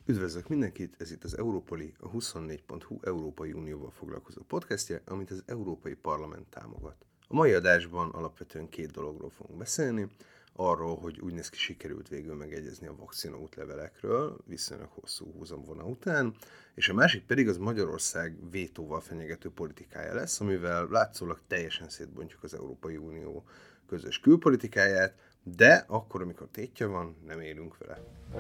Üdvözlök mindenkit, ez itt az Európoli, a 24.hu Európai Unióval foglalkozó podcastje, amit az Európai Parlament támogat. A mai adásban alapvetően két dologról fogunk beszélni, arról, hogy úgy néz ki, sikerült végül megegyezni a vakcina útlevelekről, viszonylag hosszú húzamvona után, és a másik pedig az Magyarország vétóval fenyegető politikája lesz, amivel látszólag teljesen szétbontjuk az Európai Unió közös külpolitikáját, de akkor, amikor tétje van, nem élünk vele.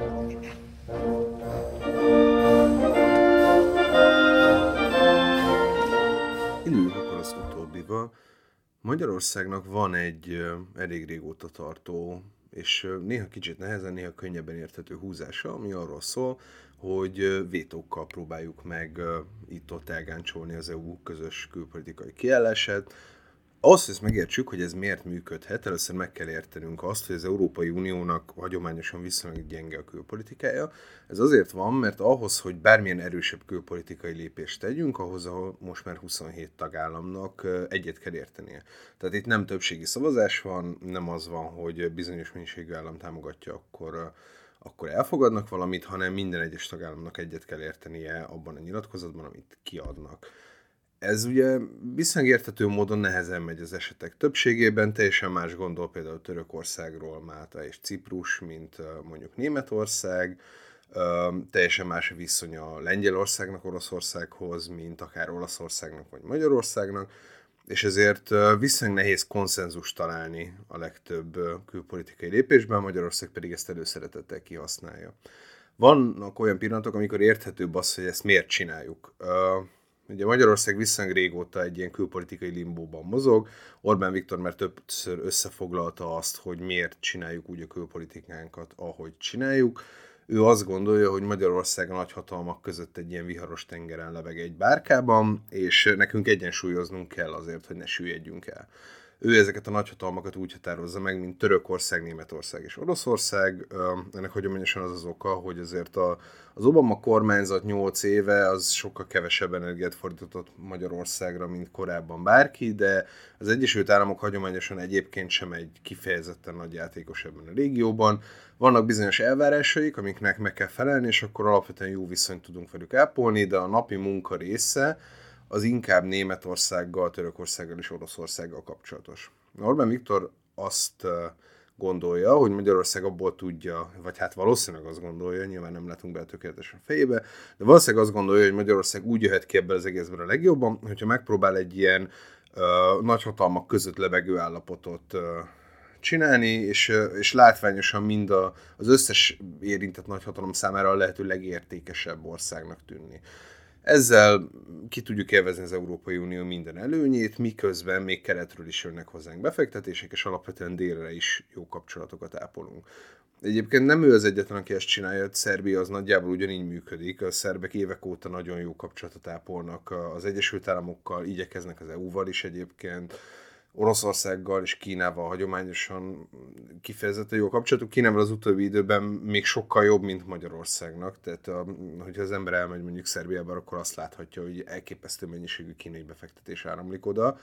Induljunk akkor az utóbbival. Magyarországnak van egy elég régóta tartó, és néha kicsit nehezen, néha könnyebben érthető húzása, ami arról szól, hogy vétókkal próbáljuk meg itt-ott elgáncsolni az EU közös külpolitikai kiállását. Ahhoz, hogy ezt megértsük, hogy ez miért működhet, először meg kell értenünk azt, hogy az Európai Uniónak hagyományosan viszonylag gyenge a külpolitikája. Ez azért van, mert ahhoz, hogy bármilyen erősebb külpolitikai lépést tegyünk, ahhoz most már 27 tagállamnak egyet kell értenie. Tehát itt nem többségi szavazás van, nem az van, hogy bizonyos mennyiségű állam támogatja, akkor elfogadnak valamit, hanem minden egyes tagállamnak egyet kell értenie abban a nyilatkozatban, amit kiadnak. Ez ugye viszonylag érthető módon nehezen megy az esetek többségében, teljesen más gondol például Törökországról Málta és Ciprus, mint mondjuk Németország, teljesen más a viszonya Lengyelországnak Oroszországhoz, mint akár Olaszországnak vagy Magyarországnak, és ezért viszonylag nehéz konszenzust találni a legtöbb külpolitikai lépésben, Magyarország pedig ezt előszeretettel kihasználja. Vannak olyan pillanatok, amikor érthetőbb az, hogy ezt miért csináljuk. Ugye Magyarország viszonylag régóta egy ilyen külpolitikai limbóban mozog. Orbán Viktor már többször összefoglalta azt, hogy miért csináljuk úgy a külpolitikánkat, ahogy csináljuk. Ő azt gondolja, hogy Magyarország a nagyhatalmak között egy ilyen viharos tengeren leveg egy bárkában, és nekünk egyensúlyoznunk kell azért, hogy ne süllyedjünk el. Ő ezeket a nagyhatalmakat úgy határozza meg, mint Törökország, Németország és Oroszország. Ennek hagyományosan az az oka, hogy azért az Obama kormányzat 8 éve az sokkal kevesebb energiát fordított Magyarországra, mint korábban bárki, de az Egyesült Államok hagyományosan egyébként sem egy kifejezetten nagy játékos ebben a régióban. Vannak bizonyos elvárásaik, amiknek meg kell felelni, és akkor alapvetően jó viszonyt tudunk velük ápolni, de a napi munka része az inkább Németországgal, Törökországgal és Oroszországgal kapcsolatos. Orbán Viktor azt gondolja, hogy Magyarország abból tudja, vagy hát valószínűleg azt gondolja, nyilván nem látunk bele tökéletesen fejébe, de valószínűleg azt gondolja, hogy Magyarország úgy jöhet ki ebből az egészből a legjobban, hogyha megpróbál egy ilyen nagyhatalmak között lebegő állapotot csinálni, és látványosan mind az összes érintett nagyhatalom számára a lehető legértékesebb országnak tűnni. Ezzel ki tudjuk élvezni az Európai Unió minden előnyét, miközben még keletről is jönnek hozzánk befektetések, és alapvetően délre is jó kapcsolatokat ápolunk. Egyébként nem ő az egyetlen, aki ezt csinálja, Szerbia az nagyjából ugyanígy működik. A szerbek évek óta nagyon jó kapcsolatot ápolnak az Egyesült Államokkal, igyekeznek az EU-val is egyébként, Oroszországgal és Kínával hagyományosan kifejezetten jó kapcsolatuk. Kínával az utóbbi időben még sokkal jobb, mint Magyarországnak. Tehát, hogyha az ember elmegy mondjuk Szerbiába, akkor azt láthatja, hogy elképesztő mennyiségű kínai befektetés áramlik oda.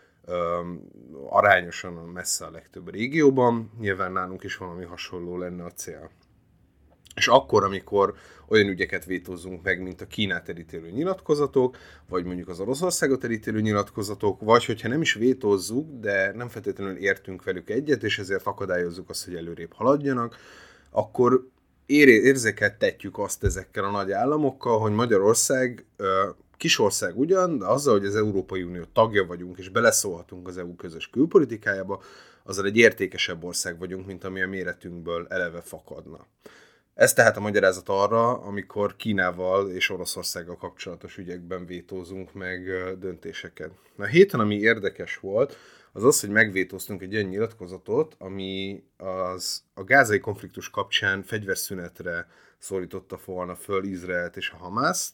Arányosan messze a legtöbb régióban. Nyilván nálunk is valami hasonló lenne a cél. És akkor, amikor olyan ügyeket vétózzunk meg, mint a Kínát elítélő nyilatkozatok, vagy mondjuk az Oroszországot elítélő nyilatkozatok, vagy hogyha nem is vétózzuk, de nem feltétlenül értünk velük egyet, és ezért akadályozzuk azt, hogy előrébb haladjanak, akkor érzékeltetjük azt ezekkel a nagy államokkal, hogy Magyarország kis ország ugyan, de azzal, hogy az Európai Unió tagja vagyunk, és beleszólhatunk az EU közös külpolitikájába, azzal egy értékesebb ország vagyunk, mint ami a méretünkből eleve fakadna. Ez tehát a magyarázat arra, amikor Kínával és Oroszországgal kapcsolatos ügyekben vétózunk meg döntéseket. A héten, ami érdekes volt, az az, hogy megvétóztunk egy olyan nyilatkozatot, ami a gázai konfliktus kapcsán fegyverszünetre szólította volna föl Izraelt és a Hamászt.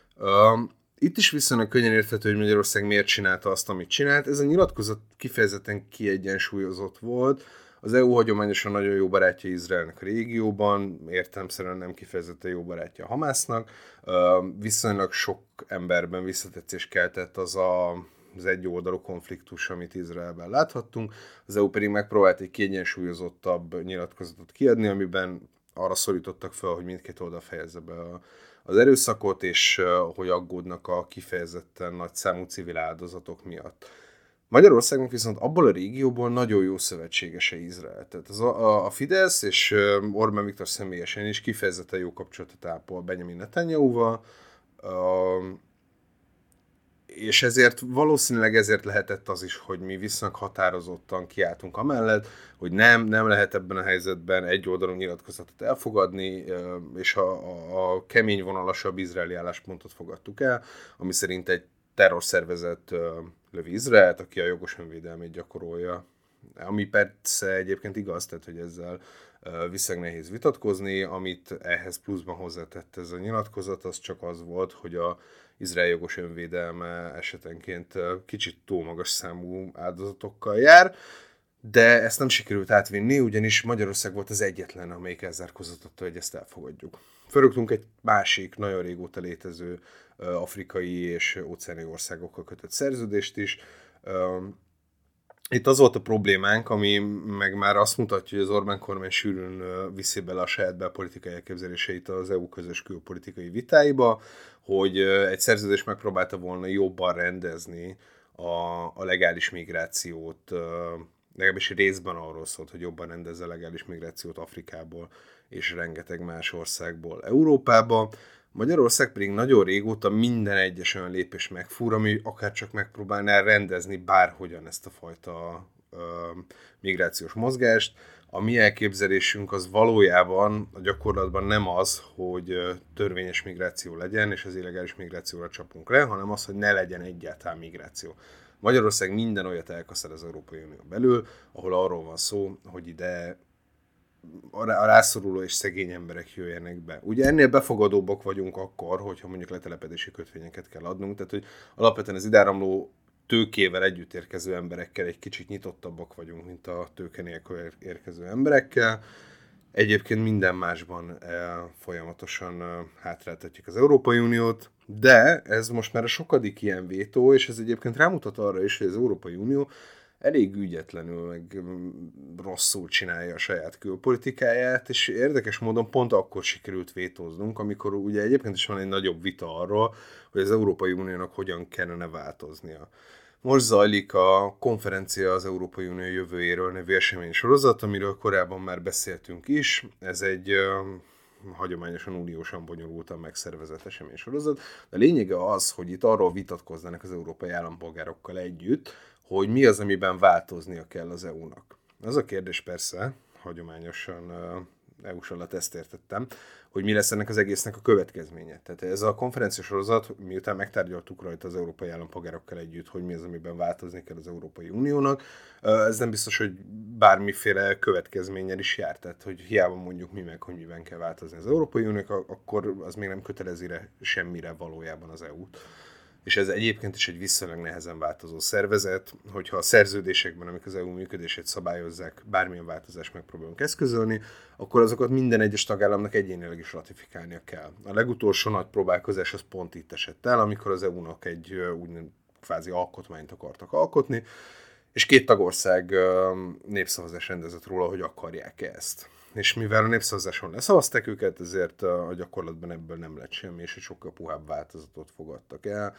Itt is viszonylag könnyen érthető, hogy Magyarország miért csinálta azt, amit csinált. Ez a nyilatkozat kifejezetten kiegyensúlyozott volt. Az EU hagyományosan nagyon jó barátja Izraelnek a régióban, értelemszerűen nem kifejezetten jó barátja a Hamásznak. Viszonylag sok emberben visszatetszést keltett az egyoldalú konfliktus, amit Izraelben láthattunk. Az EU pedig megpróbált egy kiegyensúlyozottabb nyilatkozatot kiadni, amiben arra szorítottak fel, hogy mindkét oldal fejezze be az erőszakot, és hogy aggódnak a kifejezetten nagy számú civil áldozatok miatt. Magyarországnak viszont abból a régióból nagyon jó szövetségese Izrael. Tehát a Fidesz és Orbán Viktor személyesen is kifejezetten jó kapcsolatot ápol Benjamin Netanyahuval, és ezért valószínűleg ezért lehetett az is, hogy mi viszonylag határozottan kiálltunk amellett, hogy nem lehet ebben a helyzetben egyoldalú nyilatkozatot elfogadni, és a kemény vonalasabb izraeli álláspontot fogadtuk el, ami szerint egy terrorszervezet lövi Izraelt, aki a jogos önvédelmét gyakorolja. Ami persze egyébként igaz, tehát hogy ezzel viszonylag nehéz vitatkozni, amit ehhez pluszban hozzátett ez a nyilatkozat, az csak az volt, hogy a Izrael jogos önvédelme esetenként kicsit túl magas számú áldozatokkal jár, de ezt nem sikerült átvinni, ugyanis Magyarország volt az egyetlen, amelyik elzárkózott attól, hogy ezt elfogadjuk. Fölrögtünk egy másik, nagyon régóta létező afrikai és óceáni országokkal kötött szerződést is. Itt az volt a problémánk, ami meg már azt mutatja, hogy az Orbán kormány sűrűn viszi bele a saját belpolitikai elképzeléseit az EU közös külpolitikai vitáiba, hogy egy szerződés megpróbálta volna jobban rendezni a legális migrációt, legalábbis részben arról szólt, hogy jobban rendezze a legális migrációt Afrikából és rengeteg más országból Európába. Magyarország pedig nagyon régóta minden egyes olyan lépés megfúr, ami akár csak megpróbálná rendezni bárhogyan ezt a fajta migrációs mozgást. A mi elképzelésünk az valójában a gyakorlatban nem az, hogy törvényes migráció legyen, és az illegális migrációra csapunk le, hanem az, hogy ne legyen egyáltalán migráció. Magyarország minden olyat elkaszál az Európai Unió belül, ahol arról van szó, hogy ide a rászoruló és szegény emberek jöjjenek be. Ugye ennél befogadóbbak vagyunk akkor, hogyha mondjuk letelepedési kötvényeket kell adnunk, tehát hogy alapvetően az idáramló tőkével együtt érkező emberekkel egy kicsit nyitottabbak vagyunk, mint a tőke nélkül érkező emberekkel. Egyébként minden másban folyamatosan hátráltatjuk az Európai Uniót, de ez most már a sokadik ilyen vétó, és ez egyébként rámutat arra is, hogy az Európai Unió elég ügyetlenül, meg rosszul csinálja a saját külpolitikáját, és érdekes módon pont akkor sikerült vétóznunk, amikor ugye egyébként is van egy nagyobb vita arról, hogy az Európai Uniónak hogyan kellene változnia. Most zajlik a konferencia az Európai Unió jövőjéről nevű eseménysorozat, amiről korábban már beszéltünk is. Ez egy hagyományosan uniósan bonyolultan megszervezett eseménysorozat. De a lényege az, hogy itt arról vitatkoznának az európai állampolgárokkal együtt, hogy mi az, amiben változnia kell az EU-nak. Az a kérdés persze, hagyományosan EU-s alatt ezt értettem, hogy mi lesz ennek az egésznek a következménye. Tehát ez a konferenciasorozat, miután megtárgyaltuk rajta az európai állampolgárokkal együtt, hogy mi az, amiben változni kell az Európai Uniónak, ez nem biztos, hogy bármiféle következménnyel is jár. Tehát, hogy hiába mondjuk mi meg, hogy miben kell változni az Európai Uniónak, akkor az még nem kötelezi semmire valójában az EU-t. És ez egyébként is egy viszonylag nehezen változó szervezet, hogyha a szerződésekben, amik az EU működését szabályozzák, bármilyen változást megpróbálunk eszközölni, akkor azokat minden egyes tagállamnak egyénileg is ratifikálnia kell. A legutolsó nagy próbálkozás az pont itt esett el, amikor az EU-nak egy úgynevezett kvázi alkotmányt akartak alkotni, és két tagország népszavazás rendezett róla, hogy akarják ezt. És mivel a népszavazáson leszavazták őket, ezért a gyakorlatban ebből nem lett semmi, és egy sokkal puhább változatot fogadtak el.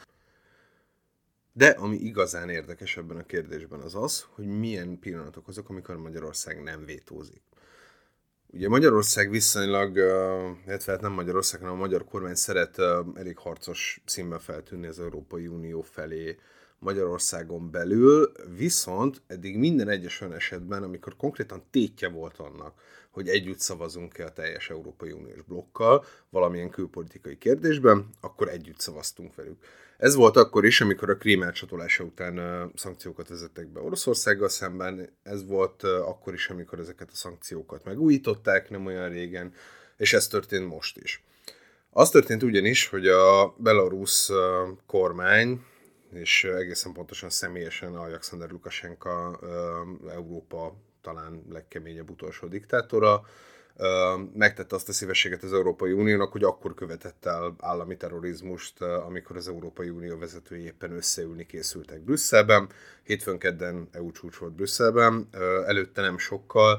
De ami igazán érdekes ebben a kérdésben az az, hogy milyen pillanatok azok, amikor Magyarország nem vétózik. Ugye Magyarország viszonylag, illetve hát nem Magyarország, hanem a magyar kormány szeret elég harcos színben feltűnni az Európai Unió felé Magyarországon belül, viszont eddig minden egyes olyan esetben, amikor konkrétan tétje volt annak, hogy együtt szavazunk-e a teljes Európai Uniós blokkal valamilyen külpolitikai kérdésben, akkor együtt szavaztunk velük. Ez volt akkor is, amikor a Krím elcsatolása után szankciókat vezettek be Oroszországgal szemben, ez volt akkor is, amikor ezeket a szankciókat megújították nem olyan régen, és ez történt most is. Az történt ugyanis, hogy a belarusz kormány, és egészen pontosan személyesen Alexander Lukasenka, Európa talán legkeményebb utolsó diktátora, megtette azt a szívességet az Európai Uniónak, hogy akkor követett el állami terrorizmust, amikor az Európai Unió vezetői éppen összeülni készültek Brüsszelben. Hétfőn kedden EU csúcs volt Brüsszelben, előtte nem sokkal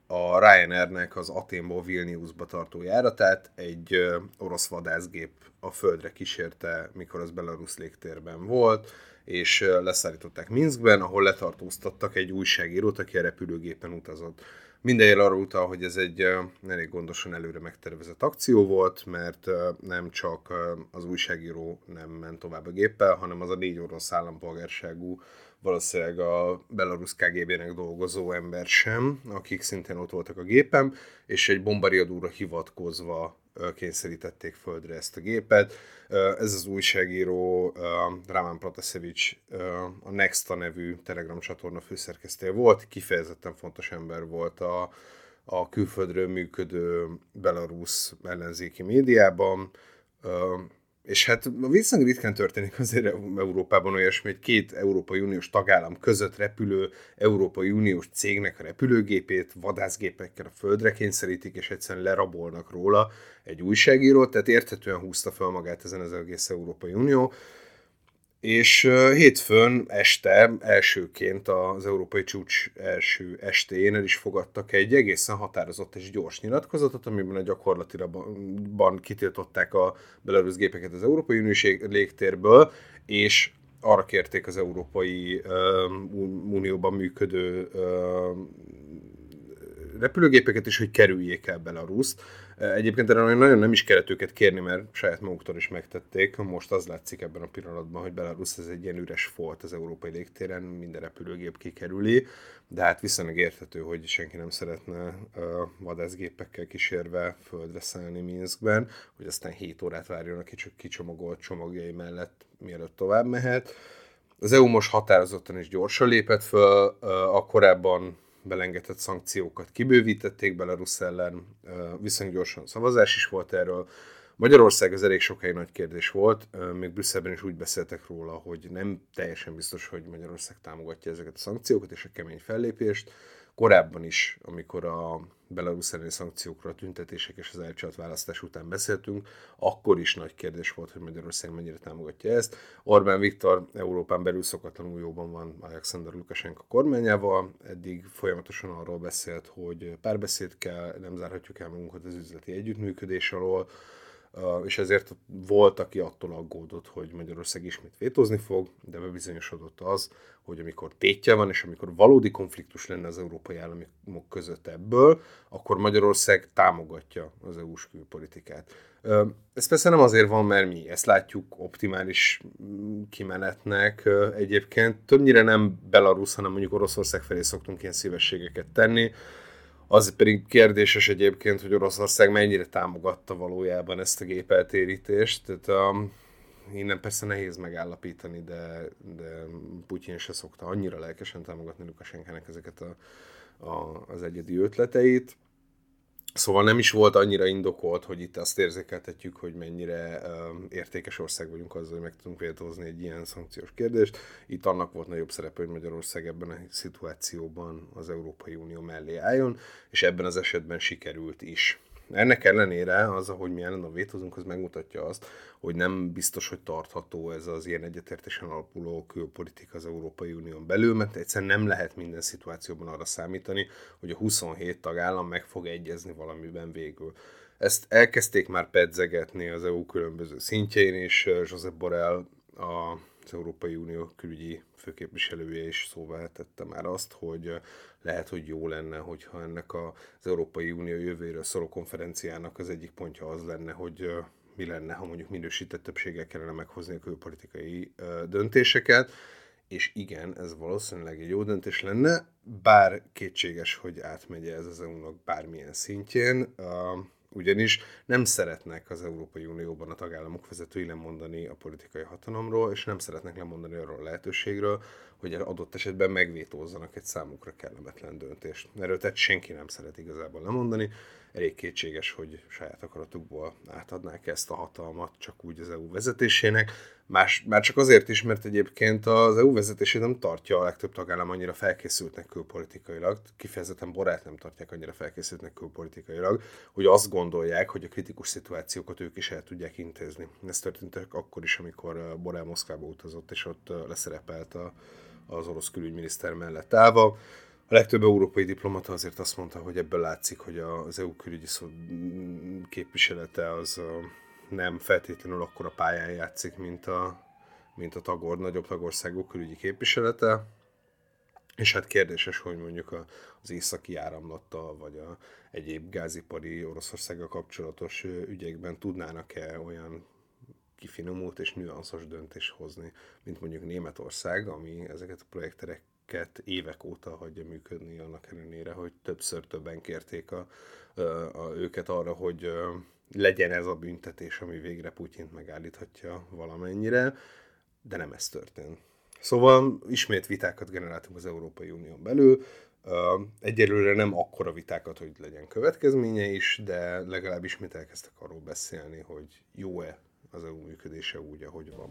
a Ryanairnek az Athénból Vilniusba tartó járatát egy orosz vadászgép a földre kísérte, mikor az Belarus légtérben volt, és leszállították Minskben, ahol letartóztattak egy újságírót, aki a repülőgépen utazott. Minden jel arra utal, hogy ez egy elég gondosan előre megtervezett akció volt, mert nem csak az újságíró nem ment tovább a géppel, hanem az a 4 orosz állampolgárságú, valószínűleg a Belarus KGB-nek dolgozó ember sem, akik szintén ott voltak a gépen, és egy bombariadóra hivatkozva kényszerítették földre ezt a gépet. Ez az újságíró Raman Protasevich, a Nexta nevű Telegram csatorna főszerkesztője volt, kifejezetten fontos ember volt a külföldről működő Belarus ellenzéki médiában, és hát viszonylag ritkán történik azért Európában olyasmi, hogy 2 Európai Uniós tagállam között repülő Európai Uniós cégnek a repülőgépét vadászgépekkel a földre kényszerítik, és egyszerűen lerabolnak róla egy újságírót, tehát érthetően húzta fel magát ezen az egész Európai Unió. És hétfőn este elsőként az Európai Csúcs első estén el is fogadtak egy egészen határozott és gyors nyilatkozatot, amiben a gyakorlatilag kitiltották a belarusz gépeket az Európai Uniós légtérből, és arra kérték az Európai Unióban működő repülőgépeket is, hogy kerüljék el Belaruszt. Egyébként erre nagyon nem is kellett őket kérni, mert saját maguktól is megtették. Most az látszik ebben a pillanatban, hogy Belarus ez egy ilyen üres folt az európai légtéren, minden repülőgép kikerüli, de hát viszonylag érthető, hogy senki nem szeretne vadászgépekkel kísérve földre szállni Minskben, hogy aztán 7 órát várjon a kicsomagolt csomagjai mellett, mielőtt tovább mehet. Az EU most határozottan és gyorsan lépett föl, a korábban belengedett szankciókat kibővítették Belarus ellen, viszonylag gyorsan szavazás is volt erről. Magyarország az elég sokáig nagy kérdés volt, még Brüsszelben is úgy beszéltek róla, hogy nem teljesen biztos, hogy Magyarország támogatja ezeket a szankciókat és a kemény fellépést. Korábban is, amikor a Belarus elleni szankciókról, a tüntetések és az elcsalt választás után beszéltünk, akkor is nagy kérdés volt, hogy Magyarország mennyire támogatja ezt. Orbán Viktor Európán belül szokatlanul jóban van Alexander Lukasenko kormányával, eddig folyamatosan arról beszélt, hogy párbeszéd kell, nem zárhatjuk el magunkat az üzleti együttműködés alól, és ezért volt, aki attól aggódott, hogy Magyarország ismét vétózni fog, de bebizonyosodott az, hogy amikor tétje van, és amikor valódi konfliktus lenne az európai államok között ebből, akkor Magyarország támogatja az EU-s külpolitikát. Ez persze nem azért van, mert mi ezt látjuk optimális kimenetnek egyébként. Többnyire nem Belarus, hanem mondjuk Oroszország felé szoktunk ilyen szívességeket tenni. Az pedig kérdéses egyébként, hogy Oroszország mennyire támogatta valójában ezt a gépeltérítést. Tehát innen persze nehéz megállapítani, de Putyin se szokta annyira lelkesen támogatni Lukasenkának ezeket az egyedi ötleteit. Szóval nem is volt annyira indokolt, hogy itt azt érzékeltetjük, hogy mennyire értékes ország vagyunk azzal, hogy meg tudunk vétózni egy ilyen szankciós kérdést. Itt annak volt nagyobb szerepe, hogy Magyarország ebben a szituációban az Európai Unió mellé álljon, és ebben az esetben sikerült is. Ennek ellenére az, ahogy mi állandóan vétózunk, az megmutatja azt, hogy nem biztos, hogy tartható ez az ilyen egyetértésen alapuló külpolitika az Európai Unión belül, mert egyszerűen nem lehet minden szituációban arra számítani, hogy a 27 tagállam meg fog egyezni valamiben végül. Ezt elkezdték már pedzegetni az EU különböző szintjein, és Josep Borrell, az Európai Unió külügyi főképviselője is szóvá tette már azt, hogy lehet, hogy jó lenne, hogyha ennek az Európai Unió jövőről szóló konferenciának az egyik pontja az lenne, hogy mi lenne, ha mondjuk minősített többséggel kellene meghozni a külpolitikai döntéseket, és igen, ez valószínűleg egy jó döntés lenne, bár kétséges, hogy átmegy ez az EU-nak bármilyen szintjén, ugyanis nem szeretnek az Európai Unióban a tagállamok vezetői lemondani a politikai hatalomról, és nem szeretnek lemondani arról a lehetőségről, hogy adott esetben megvétózzanak egy számukra kellemetlen döntést. Erről tehát senki nem szeret igazából lemondani, elég kétséges, hogy saját akaratukból átadnák ezt a hatalmat csak úgy az EU vezetésének. Már csak azért is, mert egyébként az EU vezetését nem tartja a legtöbb tagállam annyira felkészültnek külpolitikailag, kifejezetten Borrellt nem tartják annyira felkészültnek külpolitikailag, hogy azt gondolják, hogy a kritikus szituációkat ők is el tudják intézni. Ez történt akkor is, amikor Borrell Moszkvába utazott, és ott leszerepelt az orosz külügyminiszter mellett állva. A legtöbb európai diplomata azért azt mondta, hogy ebből látszik, hogy az EU külügyi képviselete az nem feltétlenül akkora pályán játszik, mint a nagyobb tagországok külügyi képviselete. És hát kérdéses, hogy mondjuk az északi áramlattal, vagy egyéb gázipari Oroszországgal kapcsolatos ügyekben tudnának-e olyan kifinomult és nüanszos döntést hozni, mint mondjuk Németország, ami ezeket a projekteket évek óta hagyja működni, annak ellenére, hogy többször többen kérték őket arra, hogy legyen ez a büntetés, ami végre Putyint megállíthatja valamennyire, de nem ez történt. Szóval ismét vitákat generáltunk az Európai Unión belül. Egyelőre nem akkora vitákat, hogy legyen következménye is, de legalább ismét elkezdtek arról beszélni, hogy jó-e az EU működése úgy, ahogy van.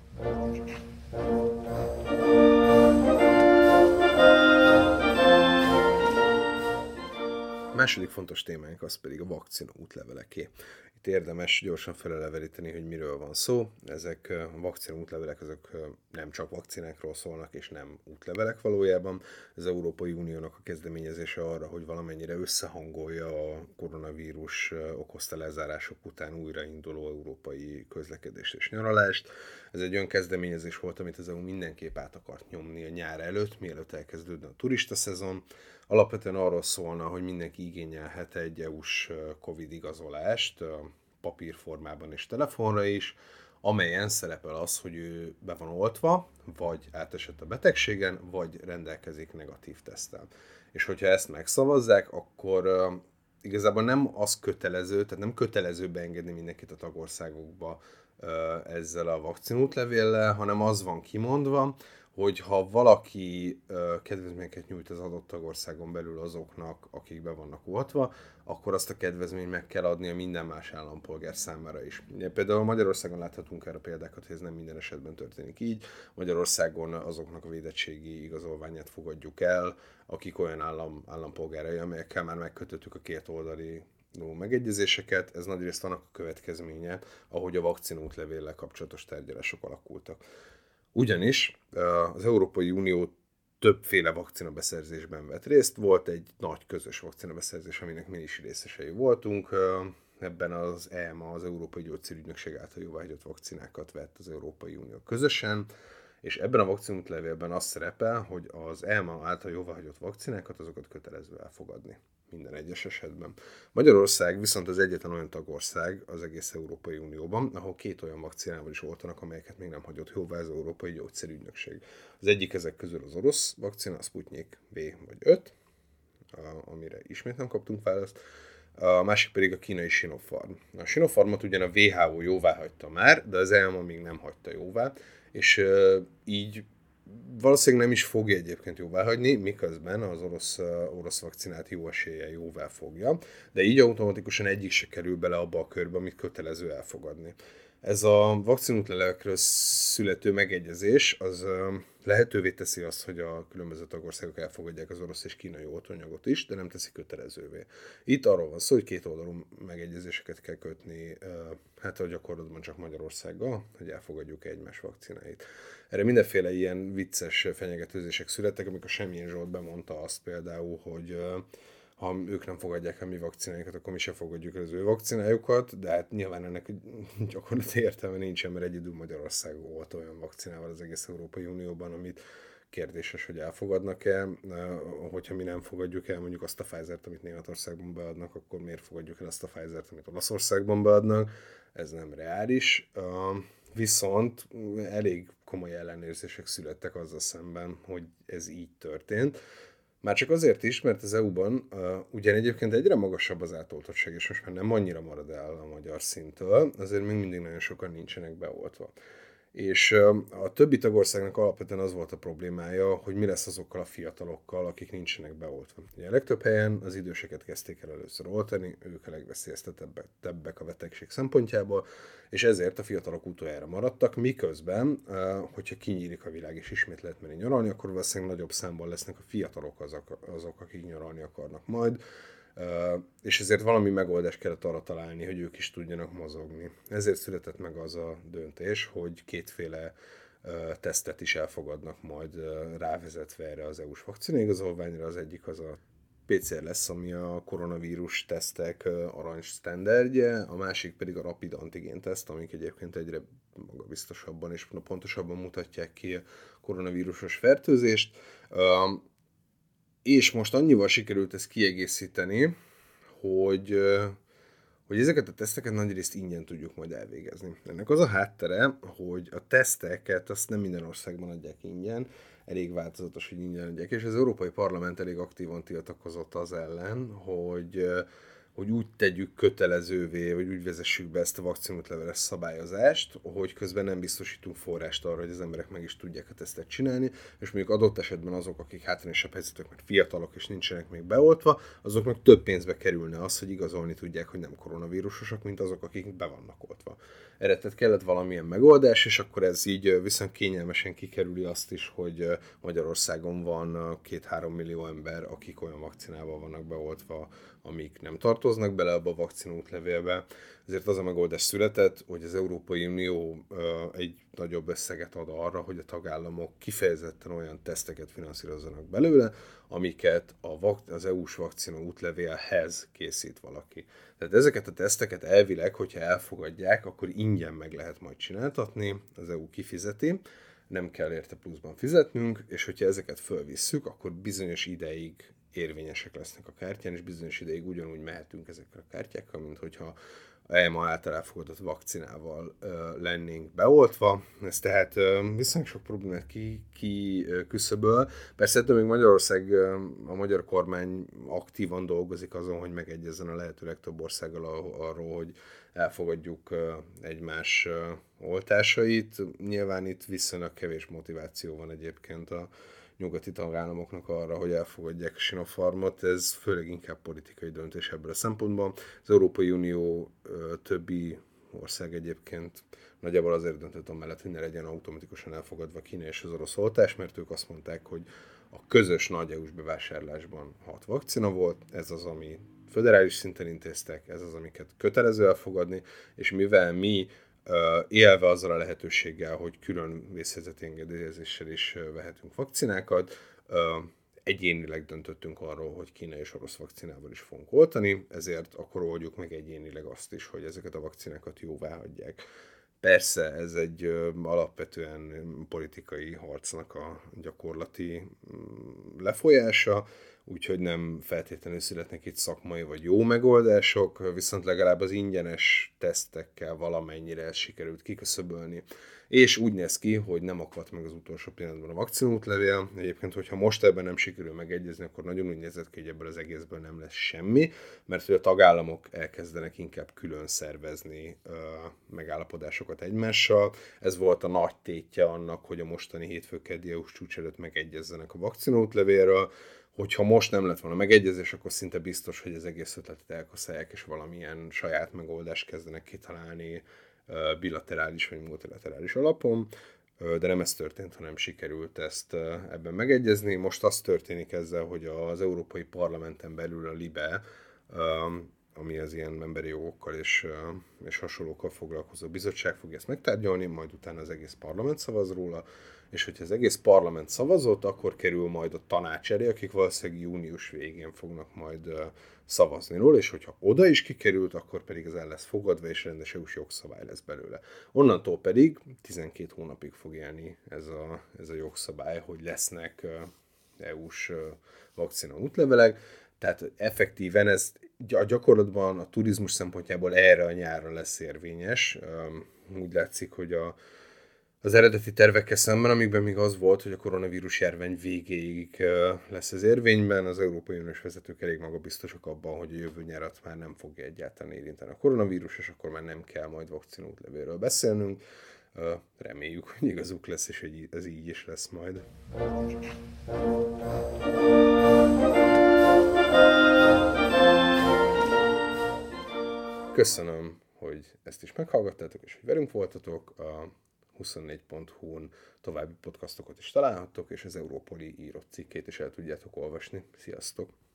A második fontos témánk az pedig a vakcina útleveleké. Itt érdemes gyorsan feleleveníteni, hogy miről van szó. Ezek a vakcina útlevelek, ezek nem csak vakcinákról szólnak, és nem útlevelek valójában. Az Európai Uniónak a kezdeményezése arra, hogy valamennyire összehangolja a koronavírus okozta lezárások után újrainduló európai közlekedést és nyaralást. Ez egy olyan kezdeményezés volt, amit az EU mindenképp át akart nyomni a nyár előtt, mielőtt elkezdődne a turista szezon. Alapvetően arról szólna, hogy mindenki igényelhet egy EU-s Covid igazolást papírformában és telefonra is, amelyen szerepel az, hogy ő be van oltva, vagy átesett a betegségen, vagy rendelkezik negatív teszttel. És hogyha ezt megszavazzák, akkor igazából nem az kötelező, tehát nem kötelező beengedni mindenkit a tagországokba ezzel a vakcinútlevéllel, hanem az van kimondva, hogy ha valaki kedvezményeket nyújt az adott tagországon belül azoknak, akik be vannak oltva, akkor azt a kedvezményt meg kell adni a minden más állampolgár számára is. Például Magyarországon láthatunk erre példákat, hogy ez nem minden esetben történik így. Magyarországon azoknak a védettségi igazolványát fogadjuk el, akik olyan állampolgárai, amelyekkel már megkötöttük a kétoldali megegyezéseket. Ez nagyrészt annak a következménye, ahogy a vakcinútlevéllel kapcsolatos tárgyalások alakultak. Ugyanis az Európai Unió többféle vakcinabeszerzésben vett részt. Volt egy nagy közös vakcinabeszerzés, aminek mi is részesei voltunk. Ebben az EMA, az Európai Gyógyszerügynökség által jóváhagyott vakcinákat vett az Európai Unió közösen, és ebben a vakcinútlevélben az szerepel, hogy az EMA által jóváhagyott vakcinákat, azokat kötelező elfogadni minden egyes esetben. Magyarország viszont az egyetlen olyan tagország az egész Európai Unióban, ahol 2 olyan vakcinával is oltanak, amelyeket még nem hagyott jóvá az Európai Gyógyszerügynökség. Az egyik ezek közül az orosz vakcina, a Sputnik V vagy 5, amire ismét nem kaptunk választ, a másik pedig a kínai Sinopharm. A Sinopharmot ugyan a WHO jóvá hagyta már, de az EMA még nem hagyta jóvá, és így valószínűleg nem is fogja egyébként jóváhagyni, miközben az orosz vakcinát jó eséllyel jóvá fogja, de így automatikusan egyik se kerül bele abba a körbe, amit kötelező elfogadni. Ez a vakcinútlevelekről születő megegyezés az lehetővé teszi azt, hogy a különböző tagországok elfogadják az orosz és kínai oltóanyagot is, de nem teszi kötelezővé. Itt arról van szó, hogy 2 oldalú megegyezéseket kell kötni, hát a gyakorlatban csak Magyarországgal, hogy elfogadjuk egymás vakcináit. Erre mindenféle ilyen vicces fenyegetőzések születtek, amikor Semjén Zsolt bemondta azt például, hogy ha ők nem fogadják el mi vakcináinkat, akkor mi se fogadjuk el az ő vakcinájukat, de hát nyilván ennek gyakorlati értelme nincsen, mert egyedül Magyarország volt olyan vakcinával az egész Európai Unióban, amit kérdéses, hogy elfogadnak-e. Hogyha mi nem fogadjuk el mondjuk azt a Pfizer-t, amit Németországban beadnak, akkor miért fogadjuk el azt a Pfizer-t, amit Olaszországban beadnak? Ez nem reális. Viszont elég komoly ellenérzések születtek azzal szemben, hogy ez így történt. Már csak azért is, mert az EU-ban ugyan egyébként egyre magasabb az átoltottság, és most már nem annyira marad el a magyar szinttől, azért még mindig nagyon sokan nincsenek beoltva. És a többi tagországnak alapvetően az volt a problémája, hogy mi lesz azokkal a fiatalokkal, akik nincsenek beoltva. Ugye a legtöbb helyen az időseket kezdték el először oltani, ők a legveszélyeztetettebbek a betegség szempontjából, és ezért a fiatalok utoljára maradtak, miközben, hogyha kinyílik a világ és ismét lehet menni nyaralni, akkor valószínűleg nagyobb számban lesznek a fiatalok azok, akik nyaralni akarnak majd, és ezért valami megoldást kellett arra találni, hogy ők is tudjanak mozogni. Ezért született meg az a döntés, hogy 2 tesztet is elfogadnak majd rávezetve erre az EU-s vakcinaigazolványra. Az egyik az a PCR lesz, ami a koronavírus tesztek arany sztenderdje, a másik pedig a rapid antigén teszt, amik egyébként egyre magabiztosabban és pontosabban mutatják ki a koronavírusos fertőzést. És most annyival sikerült ezt kiegészíteni, hogy ezeket a teszteket nagyrészt ingyen tudjuk majd elvégezni. Ennek az a háttere, hogy a teszteket azt nem minden országban adják ingyen, elég változatos, hogy ingyen adják, és az Európai Parlament elég aktívan tiltakozott az ellen, hogy úgy tegyük kötelezővé, vagy úgy vezessük be ezt a vakcinútleveles szabályozást, hogy közben nem biztosítunk forrást arra, hogy az emberek meg is tudják a tesztet csinálni, és mondjuk adott esetben azok, akik hátrányosabb helyzetük, mert fiatalok és nincsenek még beoltva, azoknak több pénzbe kerülne az, hogy igazolni tudják, hogy nem koronavírusosak, mint azok, akik be vannak oltva. Erre tehát kellett valamilyen megoldás, és akkor ez így viszont kényelmesen kikerüli azt is, hogy Magyarországon van 2-3 millió ember, akik olyan vakcinával vannak beoltva, amik nem tartoznak bele abba a vakcinútlevélbe. Ezért az a megoldás született, hogy az Európai Unió egy nagyobb összeget ad arra, hogy a tagállamok kifejezetten olyan teszteket finanszírozzanak belőle, amiket az EU-s vakcina útlevélhez készít valaki. Tehát ezeket a teszteket elvileg, hogyha elfogadják, akkor ingyen meg lehet majd csináltatni, az EU kifizeti, nem kell érte pluszban fizetnünk, és hogyha ezeket fölvisszük, akkor bizonyos ideig érvényesek lesznek a kártyán, és bizonyos ideig ugyanúgy mehetünk ezekkel a kártyákkal, mint hogyha EMA által elfogadott vakcinával lennénk beoltva. Ez tehát viszonylag sok problémát kiküszöböl. Persze ettől még Magyarország, a magyar kormány aktívan dolgozik azon, hogy megegyezzen a lehető legtöbb országgal arról, hogy elfogadjuk egymás oltásait. Nyilván itt viszonylag kevés motiváció van egyébként a nyugati tagállamoknak arra, hogy elfogadják a Sinopharmot, ez főleg inkább politikai döntés ebből a szempontból. Az Európai Unió többi ország egyébként nagyjából azért döntött amellett, hogy ne legyen automatikusan elfogadva Kína és az orosz oltás, mert ők azt mondták, hogy a közös nagy EU-s bevásárlásban 6 vakcina volt, ez az, ami föderális szinten intéztek, ez az, amiket kötelező elfogadni, és mivel mi élve azzal a lehetőséggel, hogy külön vészhelyzeti engedélyezéssel is vehetünk vakcinákat, egyénileg döntöttünk arról, hogy kínai és orosz vakcinával is fogunk oltani, ezért akkor oldjuk meg egyénileg azt is, hogy ezeket a vakcinákat jóvá hagyják. Persze ez egy alapvetően politikai harcnak a gyakorlati lefolyása, úgyhogy nem feltétlenül születnek itt szakmai vagy jó megoldások, viszont legalább az ingyenes tesztekkel valamennyire sikerült kiköszöbölni. És úgy néz ki, hogy nem akadt meg az utolsó pillanatban a vakcinútlevél. Egyébként, hogyha most ebben nem sikerül megegyezni, akkor nagyon úgy nézett ki, hogy ebből az egészből nem lesz semmi, mert hogy a tagállamok elkezdenek inkább külön szervezni megállapodásokat egymással. Ez volt a nagy tétje annak, hogy a mostani hétfő-keddi EU-s csúcs előtt megegyezzenek a vakcinútlevélről. Hogyha most nem lett volna megegyezés, akkor szinte biztos, hogy az egész ötletet elkaszálják, és valamilyen saját megoldást kezdenek kitalálni bilaterális vagy multilaterális alapon, de nem ez történt, hanem sikerült ezt ebben megegyezni. Most az történik ezzel, hogy az Európai Parlamenten belül a LIBE, ami az ilyen emberi jogokkal és hasonlókkal foglalkozó bizottság fogja ezt megtárgyalni, majd utána az egész parlament szavaz róla, és hogyha az egész parlament szavazott, akkor kerül majd a tanács elé, akik valószínűleg június végén fognak majd szavazni róla, és hogyha oda is kikerült, akkor pedig ez el lesz fogadva, és rendes EU-s jogszabály lesz belőle. Onnantól pedig 12 hónapig fog élni ez a jogszabály, hogy lesznek EU-s vakcina útlevelek, tehát effektíven ez a gyakorlatban a turizmus szempontjából erre a nyárra lesz érvényes. Úgy látszik, hogy az eredeti tervekkel szemben, amikben még az volt, hogy a koronavírus járvány végéig lesz ez érvényben, az Európai Uniós vezetők elég magabiztosak abban, hogy a jövő nyárat már nem fogja egyáltalán érinteni a koronavírus, és akkor már nem kell majd vakcinútlevélről beszélnünk. Reméljük, hogy igazuk lesz, és hogy ez így is lesz majd. Köszönöm, hogy ezt is meghallgattátok, és hogy velünk voltatok. A 24.hu-n további podcastokat is találhattok, és az Európoli írott cikkét is el tudjátok olvasni. Sziasztok!